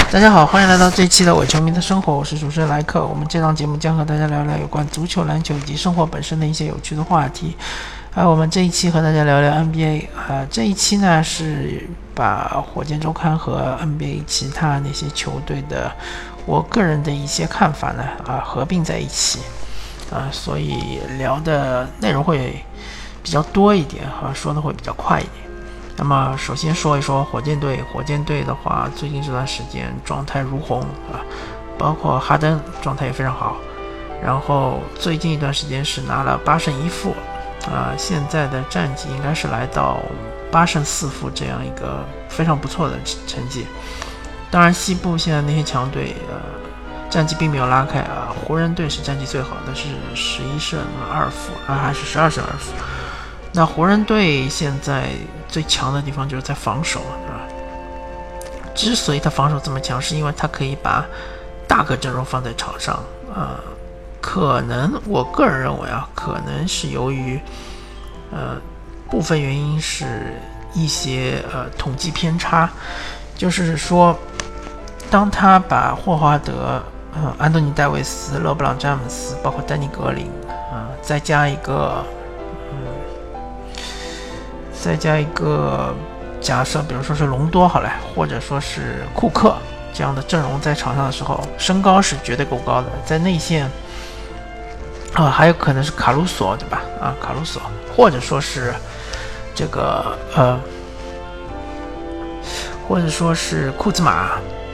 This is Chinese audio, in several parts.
大家好，欢迎来到这一期的伪球迷的生活，我是主持人莱克。我们这档节目将和大家聊聊有关足球、篮球以及生活本身的一些有趣的话题。我们这一期和大家聊聊 NBA。这一期呢是把火箭周刊和 NBA 其他那些球队的我个人的一些看法呢合并在一起所以聊的内容会比较多一点说的会比较快一点。那么首先说一说火箭队的话，最近这段时间状态如虹包括哈登状态也非常好，然后最近一段时间是拿了8胜1负现在的战绩应该是来到8胜4负这样一个非常不错的成绩。当然西部现在那些强队战绩并没有拉开湖人队是战绩最好的，是11胜2负还是12胜2负。那湖人队现在最强的地方就是在防守之所以他防守这么强，是因为他可以把大个阵容放在场上可能我个人认为可能是由于部分原因是一些统计偏差，就是说当他把霍华德安东尼戴维斯、勒布朗詹姆斯包括丹尼格林再加一个假设比如说是隆多好了，或者说是库克这样的阵容在场上的时候，身高是绝对够高的，在内线还有可能是卡鲁索对吧卡鲁索，或者说是这个或者说是库兹马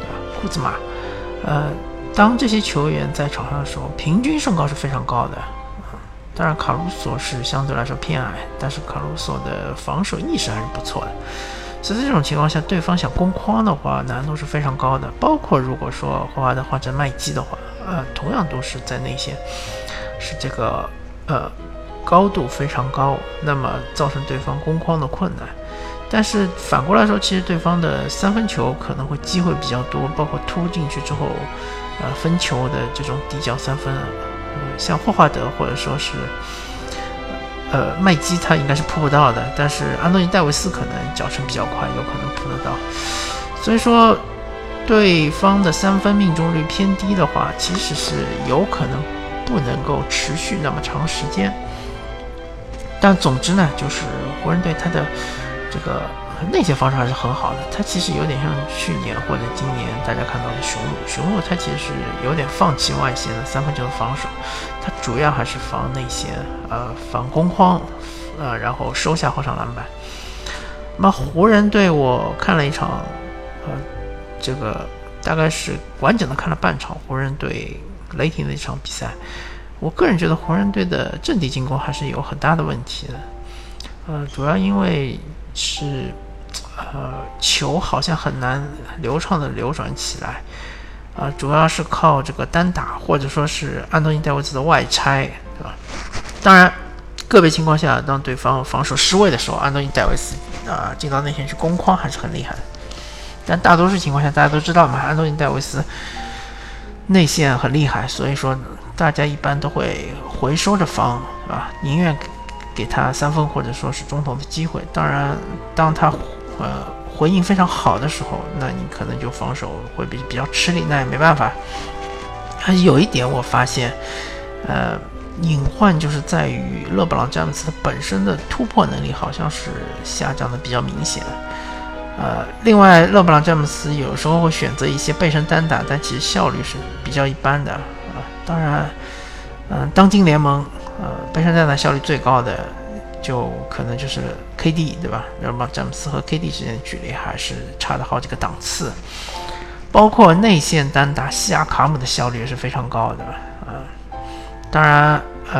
当这些球员在场上的时候，平均身高是非常高的当然卡鲁索是相对来说偏矮，但是卡鲁索的防守意识还是不错的，所以在这种情况下对方想攻框的话难度是非常高的。包括如果说霍华德换成麦基的话同样都是在内线是这个高度非常高，那么造成对方攻框的困难。但是反过来说，其实对方的三分球可能会机会比较多，包括突进去之后分球的这种底角三分像霍华德或者说是麦基他应该是扑不到的，但是安东尼戴维斯可能脚程比较快，有可能扑得到。所以说对方的三分命中率偏低的话，其实是有可能不能够持续那么长时间。但总之呢，就是湖人队他的这个内线防守还是很好的，他其实有点像去年或者今年大家看到的雄鹿他其实是有点放弃外线的三分球的防守，他主要还是防内线防攻框然后收下后场篮板。那么湖人队我看了一场这个大概是完整的看了半场湖人队雷霆的一场比赛，我个人觉得湖人队的阵地进攻还是有很大的问题的主要因为是球好像很难流畅的流转起来主要是靠这个单打或者说是安东尼戴维斯的外拆，对吧？当然个别情况下当对方防守失位的时候，安东尼戴维斯进到内线去攻框还是很厉害的。但大多数情况下大家都知道嘛，安东尼戴维斯内线很厉害，所以说大家一般都会回收着防宁愿给他三分或者说是中投的机会。当然当他回应非常好的时候，那你可能就防守会比较吃力，那也没办法。有一点我发现隐患就是在于勒布朗詹姆斯本身的突破能力好像是下降的比较明显另外勒布朗詹姆斯有时候会选择一些背身单打，但其实效率是比较一般的当然当今联盟背身单打效率最高的就可能就是 KD 对吧？勒布朗詹姆斯和 KD 之间的距离还是差了好几个档次。包括内线单打西亚卡姆的效率也是非常高的当然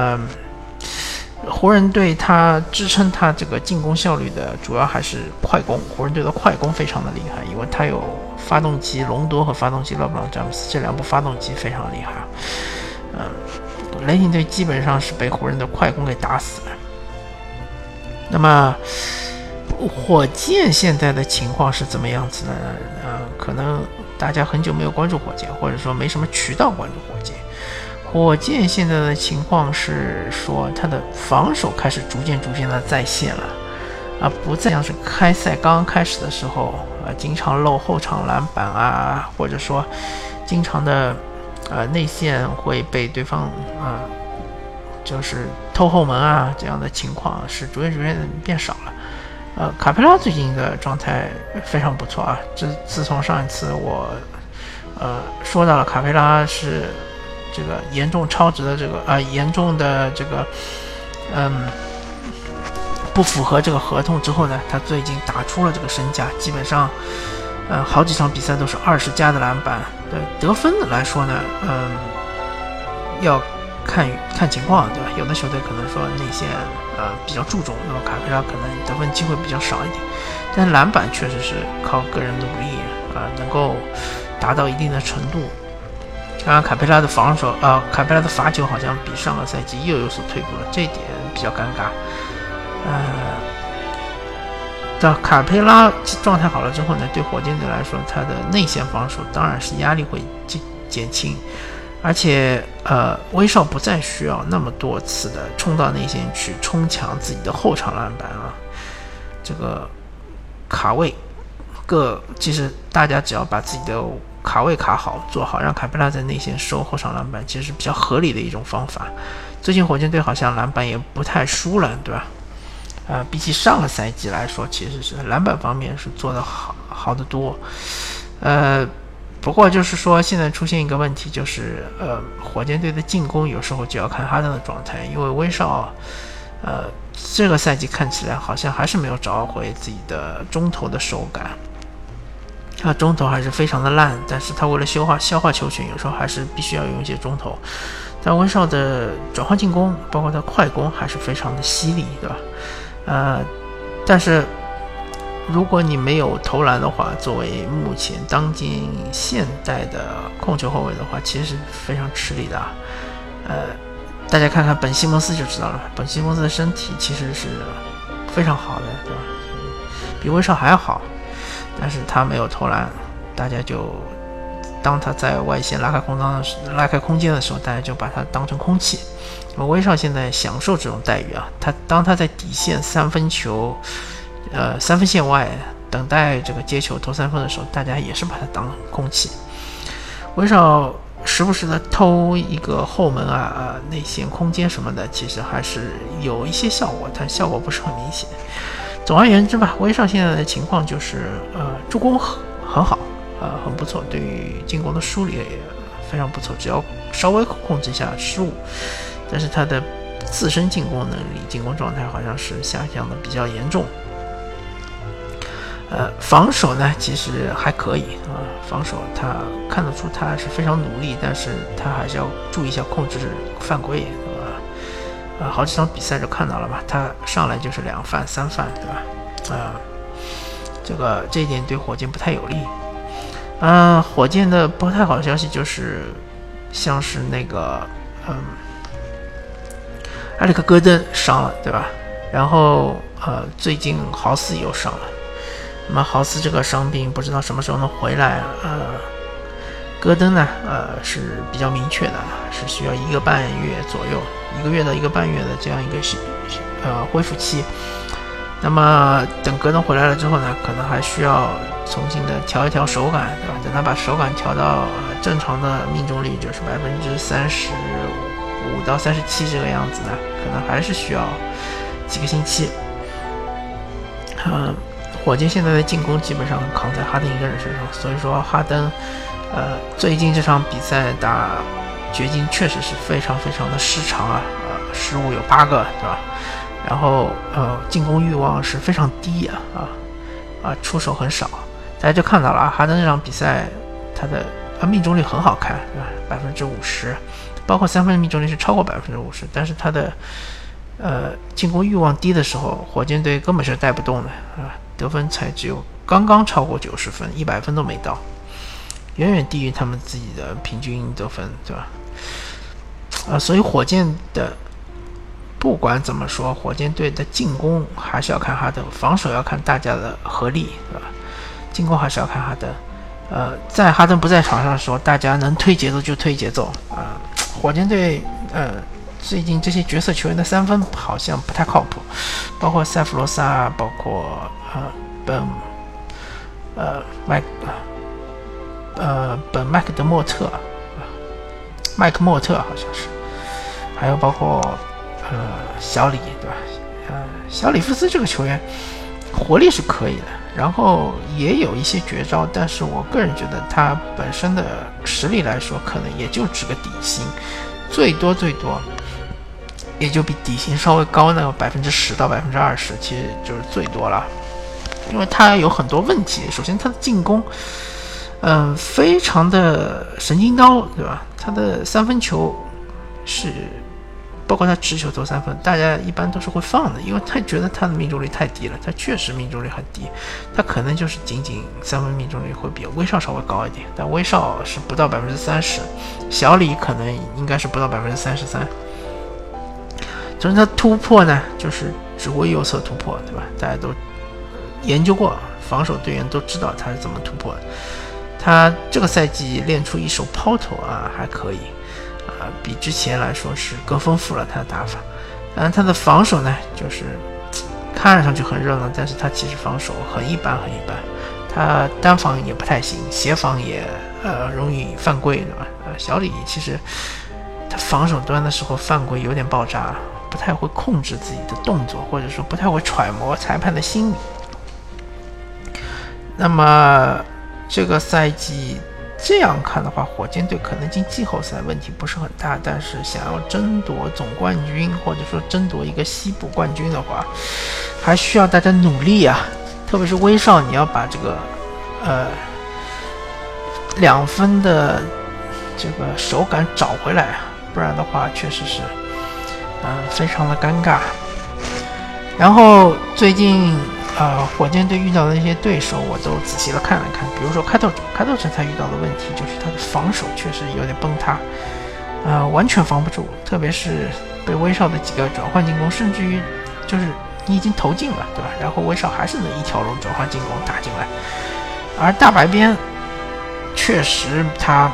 湖人队他支撑他这个进攻效率的主要还是快攻，湖人队的快攻非常的厉害，因为他有发动机隆多和发动机勒布朗詹姆斯这两部发动机非常厉害雷霆队基本上是被湖人的快攻给打死了。那么火箭现在的情况是怎么样子呢可能大家很久没有关注火箭，或者说没什么渠道关注火箭。火箭现在的情况是说他的防守开始逐渐的在线了不再像是开赛刚刚开始的时候经常漏后场篮板啊，或者说经常的内线会被对方就是偷后门啊，这样的情况是逐渐变少了。卡佩拉最近的状态非常不错啊，自从上一次我说到了卡佩拉是这个严重超值的这个严重的这个不符合这个合同之后呢，他最近打出了这个身价，基本上好几场比赛都是20加的篮板。对得分来说呢，要看情况，对吧？有的球队可能说内线比较注重，那么卡佩拉可能得分机会比较少一点，但篮板确实是靠个人努力能够达到一定的程度。当然，卡佩拉的卡佩拉的罚球好像比上个赛季又有所退步了，这一点比较尴尬。到卡佩拉状态好了之后呢，对火箭队来说，他的内线防守当然是压力会减轻，而且威少不再需要那么多次的冲到内线去冲抢自己的后场篮板这个卡位其实大家只要把自己的卡位卡好做好，让卡佩拉在内线收后场篮板，其实是比较合理的一种方法。最近火箭队好像篮板也不太输了，对吧？比起上个赛季来说，其实是篮板方面是做得好得多。不过就是说现在出现一个问题，就是火箭队的进攻有时候就要看哈登的状态，因为威少这个赛季看起来好像还是没有找回自己的中投的手感。他中投还是非常的烂，但是他为了消化球权，有时候还是必须要用一些中投。但威少的转换进攻，包括他快攻还是非常的犀利，对吧？但是如果你没有投篮的话，作为目前当今现代的控球后卫的话，其实是非常吃力的大家看看本西蒙斯就知道了，本西蒙斯的身体其实是非常好的，对吧？比威少还要好，但是他没有投篮，大家就当他在外线拉开空间的时候，大家就把他当成空气。威少现在享受这种待遇当他在底线三分线外等待这个接球投三分的时候，大家也是把他当空气。威少时不时的偷一个后门内线空间什么的，其实还是有一些效果，但效果不是很明显。总而言之吧，威少现在的情况就是助攻很好很不错，对于进攻的梳理也非常不错，只要稍微控制一下失误。但是他的自身进攻能力、进攻状态好像是下降的比较严重。防守呢其实还可以防守他看得出他是非常努力，但是他还是要注意一下控制犯规，对吧？好几场比赛就看到了吧，他上来就是2犯3犯，对吧？这一点对火箭不太有利。火箭的不太好的消息就是像是那个埃里克戈登伤了，对吧？然后最近豪斯又伤了，那么豪斯这个伤病不知道什么时候能回来。戈登呢是比较明确的，是需要1个半月左右，1个月到1个半月的这样一个恢复期。那么等戈登回来了之后呢，可能还需要重新的调一调手感，对吧？等他把手感调到正常的命中率，就是35%到37%这个样子呢，可能还是需要几个星期。火箭现在的进攻基本上扛在哈登一个人身上，所以说哈登最近这场比赛打掘金确实是非常非常的失常失误有8个，对吧？然后进攻欲望是非常低出手很少。大家就看到了哈登这场比赛他的命中率很好看，对吧？50%，包括3分命中率是超过50%，但是他的进攻欲望低的时候，火箭队根本是带不动的得分才只有刚刚超过90分，100分都没到，远远低于他们自己的平均得分，对吧？所以火箭的不管怎么说，火箭队的进攻还是要看哈登，防守要看大家的合力，对吧？进攻还是要看哈登。在哈登不在场上的时候，大家能推节奏就推节奏火箭队最近这些角色球员的三分好像不太靠谱，包括塞弗罗萨，包括本麦克德莫特，麦克莫特好像是，还有包括小李，对吧？小里弗斯这个球员活力是可以的，然后也有一些绝招，但是我个人觉得他本身的实力来说，可能也就值个底薪，最多也就比底薪稍微高那个10%到20%，其实就是最多了。因为他有很多问题，首先他的进攻，非常的神经刀，对吧？他的三分球是，包括他持球投三分，大家一般都是会放的，因为他觉得他的命中率太低了，他确实命中率很低，他可能就是仅三分命中率会比威少稍微高一点，但威少是不到30%，小李可能应该是不到33%。总之他突破呢，就是只会右侧突破，对吧？大家都研究过，防守队员都知道他是怎么突破的。他这个赛季练出一手抛投还可以，比之前来说是更丰富了他的打法。当然他的防守呢，就是看上去很热闹，但是他其实防守很一般，他单防也不太行，协防也容易犯规，对吧？小李其实他防守端的时候犯规有点爆炸，不太会控制自己的动作，或者说不太会揣摩裁判的心理。那么这个赛季这样看的话，火箭队可能进季后赛问题不是很大，但是想要争夺总冠军，或者说争夺一个西部冠军的话，还需要大家努力啊！特别是威少，你要把这个2分的这个手感找回来，不然的话确实是非常的尴尬。然后最近火箭队遇到的一些对手我都仔细的看了看，比如说开拓者他遇到的问题就是他的防守确实有点崩塌，完全防不住，特别是被威少的几个转换进攻，甚至于就是你已经投进了，对吧？然后威少还是能一条龙转换进攻打进来。而大白边确实他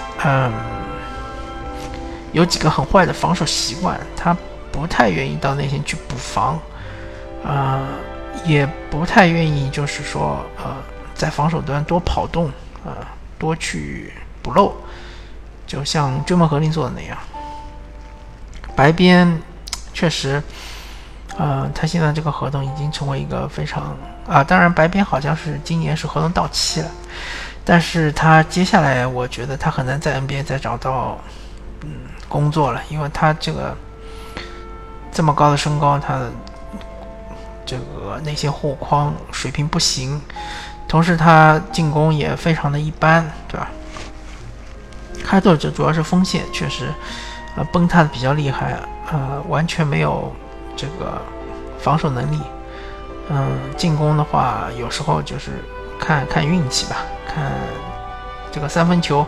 有几个很坏的防守习惯，他不太愿意到内线去补防，也不太愿意就是说在防守端多跑动，多去补漏，就像追梦格林做的那样。白边确实他现在这个合同已经成为一个非常当然白边好像是今年是合同到期了，但是他接下来我觉得他很难在 NBA 再找到工作了，因为他这么高的身高，他的这个内线护框水平不行，同时他进攻也非常的一般，对吧？开拓者主要是锋线确实崩塌的比较厉害，完全没有这个防守能力。进攻的话有时候就是看运气吧，看这个三分球，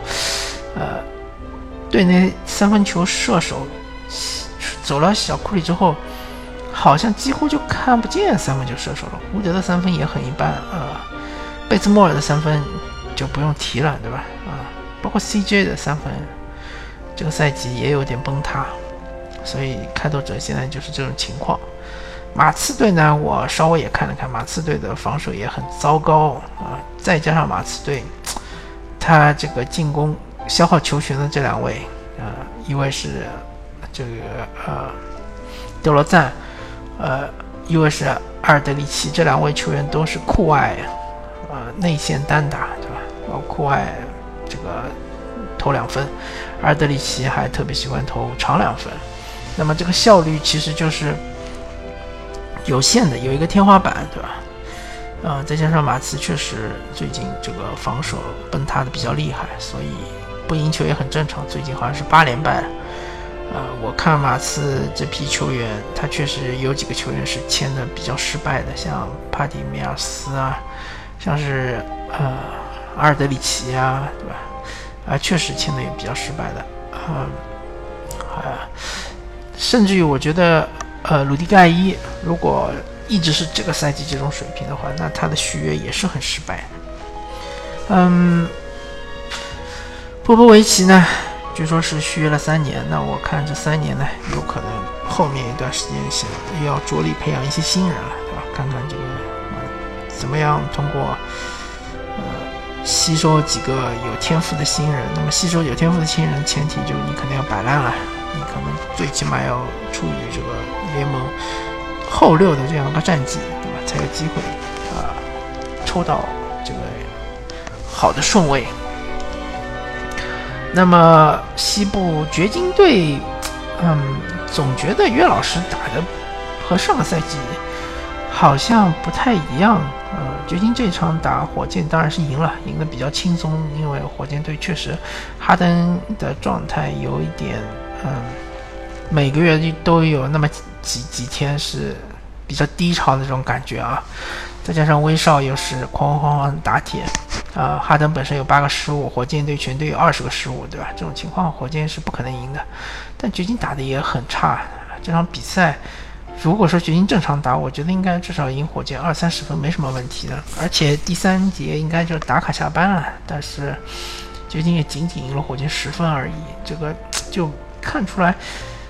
对那三分球射手走了小库里之后，好像几乎就看不见三分球射手了。伍德的三分也很一般贝兹莫尔的三分就不用提了，对吧？包括 CJ 的三分，这个赛季也有点崩塌，所以开拓者现在就是这种情况。马刺队呢，我稍微也看了看，马刺队的防守也很糟糕再加上马刺队他这个进攻消耗球权的这两位一位是这个德罗赞一位是阿尔德里奇，这两位球员都是酷爱内线单打，对吧？酷爱这个投2分，阿尔德里奇还特别喜欢投长2分。那么这个效率其实就是有限的，有一个天花板，对吧？再加上马刺确实最近这个防守崩塌的比较厉害，所以不赢球也很正常。最近好像是8连败了。我看马刺这批球员，他确实有几个球员是签的比较失败的，像帕蒂米尔斯像是阿尔德里奇对吧？确实签的也比较失败的。甚至于我觉得鲁迪盖伊如果一直是这个赛季这种水平的话，那他的续约也是很失败的。波波维奇呢， 据说是续约了3年。那我看这3年呢，有可能后面一段时间要着力培养一些新人了，对吧？看看这个怎么样通过吸收几个有天赋的新人。那么吸收有天赋的新人，前提就是你肯定要摆烂了，你可能最起码要处于这个联盟后6的这样一个战绩，对吧？才有机会抽到这个好的顺位。那么西部掘金队，总觉得约老师打的和上个赛季好像不太一样。掘金这场打火箭当然是赢了，赢得比较轻松，因为火箭队确实哈登的状态有一点，每个月都有那么几天是比较低潮的这种感觉啊。再加上威少又是哐打铁，哈登本身有8个失误，火箭队全队有20个失误，对吧？这种情况火箭是不可能赢的。但掘金打的也很差，这场比赛如果说掘金正常打，我觉得应该至少赢火箭20-30分没什么问题的。而且第3节应该就打卡下班了，但是掘金也仅仅赢了火箭10分而已，这个就看出来，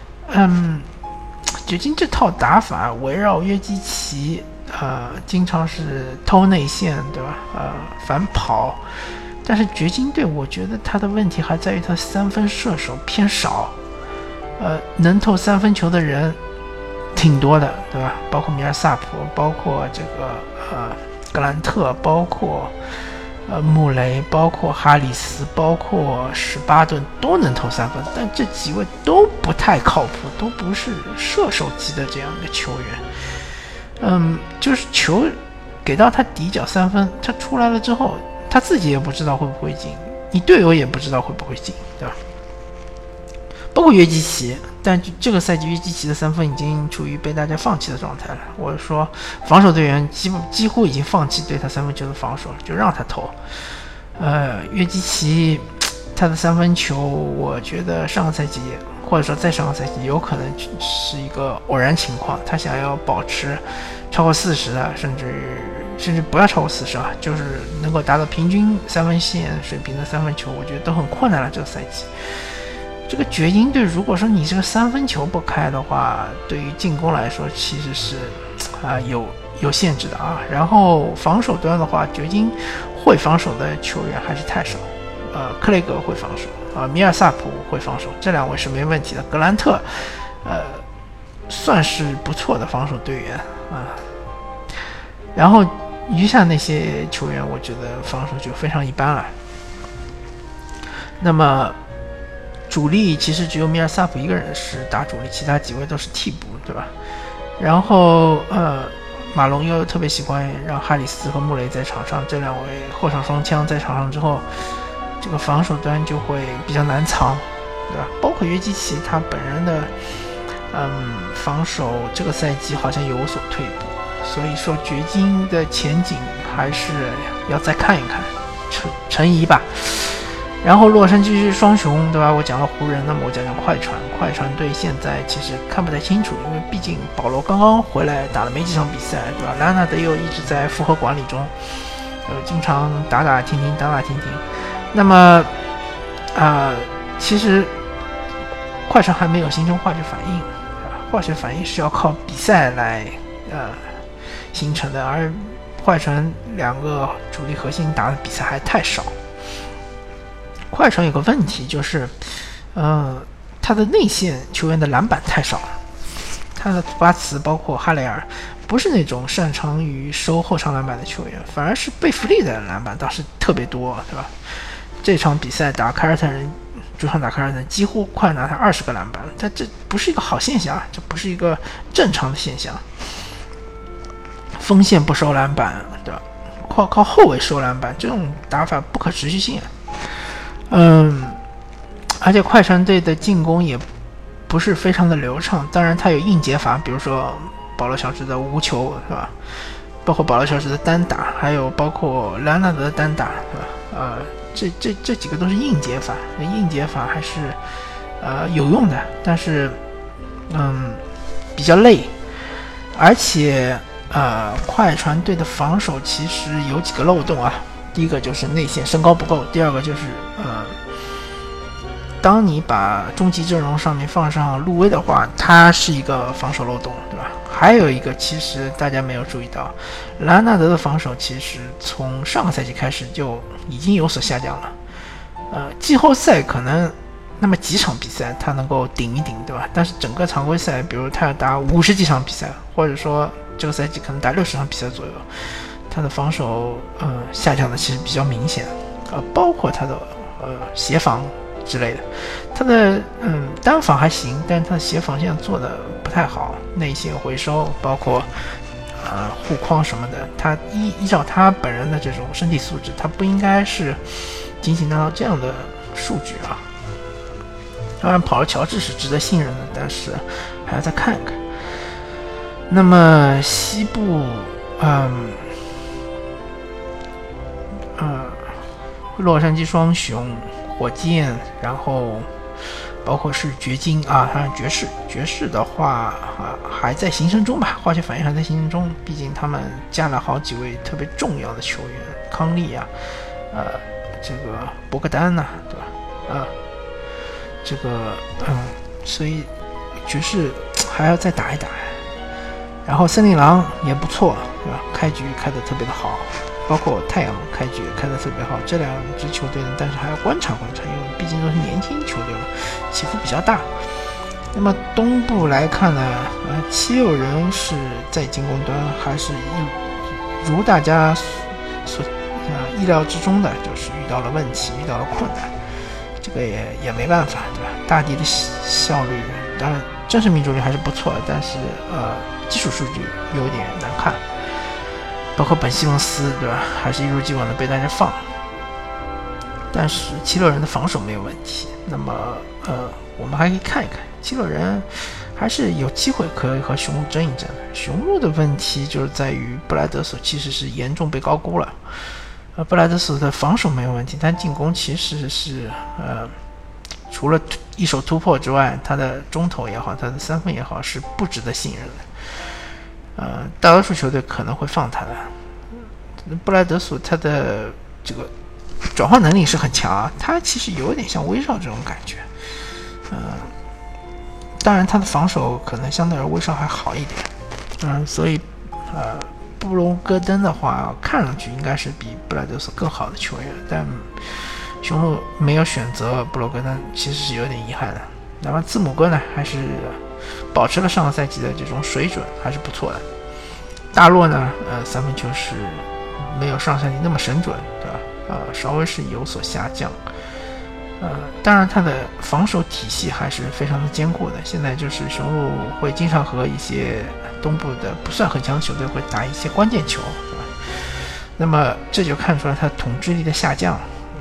掘金这套打法围绕约基奇。经常是偷内线，对吧？反跑，但是掘金队我觉得他的问题还在于他3分射手偏少，能投3分球的人挺多的，对吧？包括米尔萨普，包括这个格兰特，包括穆雷，包括哈里斯，包括史巴顿都能投3分，但这几位都不太靠谱，都不是射手级的这样一个球员。就是球给到他底角3分，他出来了之后，他自己也不知道会不会进，你队友也不知道会不会进，对吧？包括约基奇，但这个赛季约基奇的3分已经处于被大家放弃的状态了。我说防守队员几乎已经放弃对他3分球的防守了，就让他投。约基奇他的3分球，我觉得上个赛季或者说再上个赛季有可能是一个偶然情况，他想要保持超过40的，甚至不要超过40啊，就是能够达到平均3分线水平的3分球，我觉得都很困难了。这个赛季，这个掘金队如果说你这个3分球不开的话，对于进攻来说其实是有限制的啊。然后防守端的话，掘金会防守的球员还是太少。克雷格会防守，米尔萨普会防守，这2位是没问题的。格兰特，算是不错的防守队员啊。然后余下那些球员，我觉得防守就非常一般了。那么主力其实只有米尔萨普一个人是打主力，其他几位都是替补，对吧？然后马龙又特别喜欢让哈里斯和穆雷在场上，这2位后场双枪在场上之后，这个防守端就会比较难藏，对吧？包括约基奇他本人的防守这个赛季好像有所退步，所以说掘金的前景还是要再看一看，成疑吧。然后洛杉矶双雄，对吧？我讲了湖人，那么我讲快船队现在其实看不太清楚，因为毕竟保罗刚刚回来打了没几场比赛，对吧？莱纳德又一直在复合管理中，经常打打停停。那么其实快船还没有形成化学反应，化学反应是要靠比赛来形成的，而快船2个主力核心打的比赛还太少。快船有个问题就是，他的内线球员的篮板太少了，他的图巴茨包括哈雷尔不是那种擅长于收后场篮板的球员，反而是贝弗利的篮板倒是特别多，对吧？这场比赛打凯尔特人，主场打凯尔特人几乎快拿他20个篮板，但这不是一个好现象，这不是一个正常的现象。锋线不收篮板，对吧？靠后卫收篮板，这种打法不可持续性。而且快船队的进攻也不是非常的流畅，当然他有应节法，比如说保罗乔治的无球，是吧？包括保罗乔治的单打，还有包括莱昂纳德的单打，是吧？这几个都是应节法，应节法还是有用的，但是比较累，而且快船队的防守其实有几个漏洞啊。第一个就是内线身高不够，第二个就是当你把终极阵容上面放上路威的话，他是一个防守漏洞，对吧？还有一个其实大家没有注意到，莱昂纳德的防守其实从上个赛季开始就已经有所下降了。季后赛可能那么几场比赛他能够顶一顶，对吧？但是整个常规赛，比如他要打50几场比赛，或者说这个赛季可能打60场比赛左右，他的防守下降的其实比较明显，包括他的协防之类的，他的单防还行，但是他的协防现在做的不太好，内线回收包括护框什么的，他依照他本人的这种身体素质，他不应该是仅仅拿到这样的数据啊。当然跑了乔治是值得信任的，但是还要再看看。那么西部洛杉矶双雄、火箭，然后包括是掘金啊，还有爵士的话还在形成中吧，化学反应还在形成中，毕竟他们加了好几位特别重要的球员，康利啊，这个博格丹呐，对吧？这个所以爵士还要再打一打，然后森林狼也不错，对吧？开局开得特别的好，包括太阳开局也开得特别好，这两支球队呢，但是还要观察，因为毕竟都是年轻球队嘛，起伏比较大。那么东部来看呢，76人是在进攻端还是如大家所意料之中的，就是遇到了问题，遇到了困难，这个也没办法，对吧？大帝的效率，当然真实命中率还是不错的，但是基础数据有点难看，包括本西蒙斯，对吧？还是一如既往的被大家放。但是76人的防守没有问题，那么我们还可以看一看76人还是有机会可以和雄鹿争一争。雄鹿的问题就是在于布莱德索其实是严重被高估了。布莱德索的防守没有问题，但进攻其实是除了一手突破之外，他的中投也好，他的三分也好，是不值得信任的。大多数球队可能会放他的。布莱德索他的这个转换能力是很强啊，他其实有点像威少这种感觉。当然他的防守可能相对而威少还好一点。所以布隆戈登的话看上去应该是比布莱德索更好的球员，但雄鹿没有选择布隆戈登，其实是有点遗憾的。那么字母哥呢，还是保持了上个赛季的这种水准，还是不错的。大洛呢三分球是没有上赛季那么神准，对吧？稍微是有所下降。当然他的防守体系还是非常的坚固的。现在就是雄鹿会经常和一些东部的不算很强的球队会打一些关键球，对吧？那么这就看出来他统治力的下降。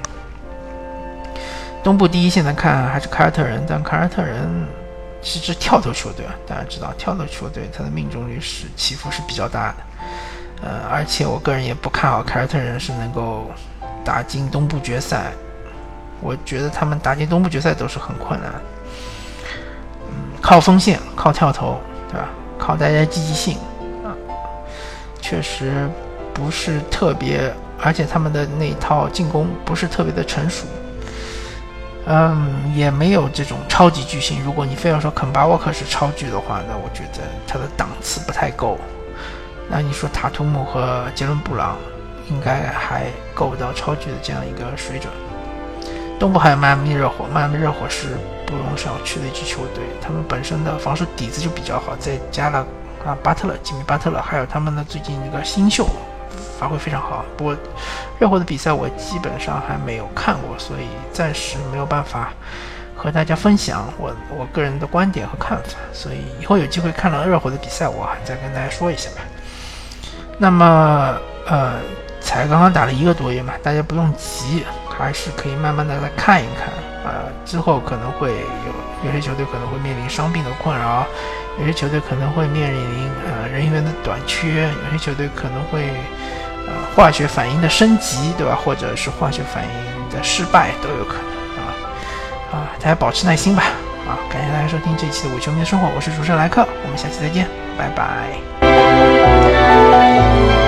东部第一现在看还是凯尔特人，但凯尔特人是支跳投球队，大家知道跳投球队它的命中率是起伏是比较大的。而且我个人也不看好凯尔特人是能够打进东部决赛。我觉得他们打进东部决赛都是很困难。靠锋线，靠跳投，对吧？靠大家积极性确实不是特别，而且他们的那套进攻不是特别的成熟。也没有这种超级巨星。如果你非要说肯巴沃克是超巨的话，那我觉得他的档次不太够。那你说塔图姆和杰伦布朗应该还够不到超巨的这样一个水准。东部还有迈阿密热火，迈阿密热火是不容小觑的一支球队，他们本身的防守底子就比较好，再加了巴特勒、吉米巴特勒，还有他们的最近一个新秀发挥非常好。不过热火的比赛我基本上还没有看过，所以暂时没有办法和大家分享我个人的观点和看法，所以以后有机会看了热火的比赛我还再跟大家说一下吧。那么才刚刚打了1个多月嘛，大家不用急，还是可以慢慢的来看一看。之后可能会有些球队可能会面临伤病的困扰，有些球队可能会面临人员的短缺，有些球队可能会化学反应的升级，对吧？或者是化学反应的失败都有可能大家保持耐心吧。感谢大家收听这一期的伪球迷的生活，我是主持人莱克，我们下期再见，拜拜。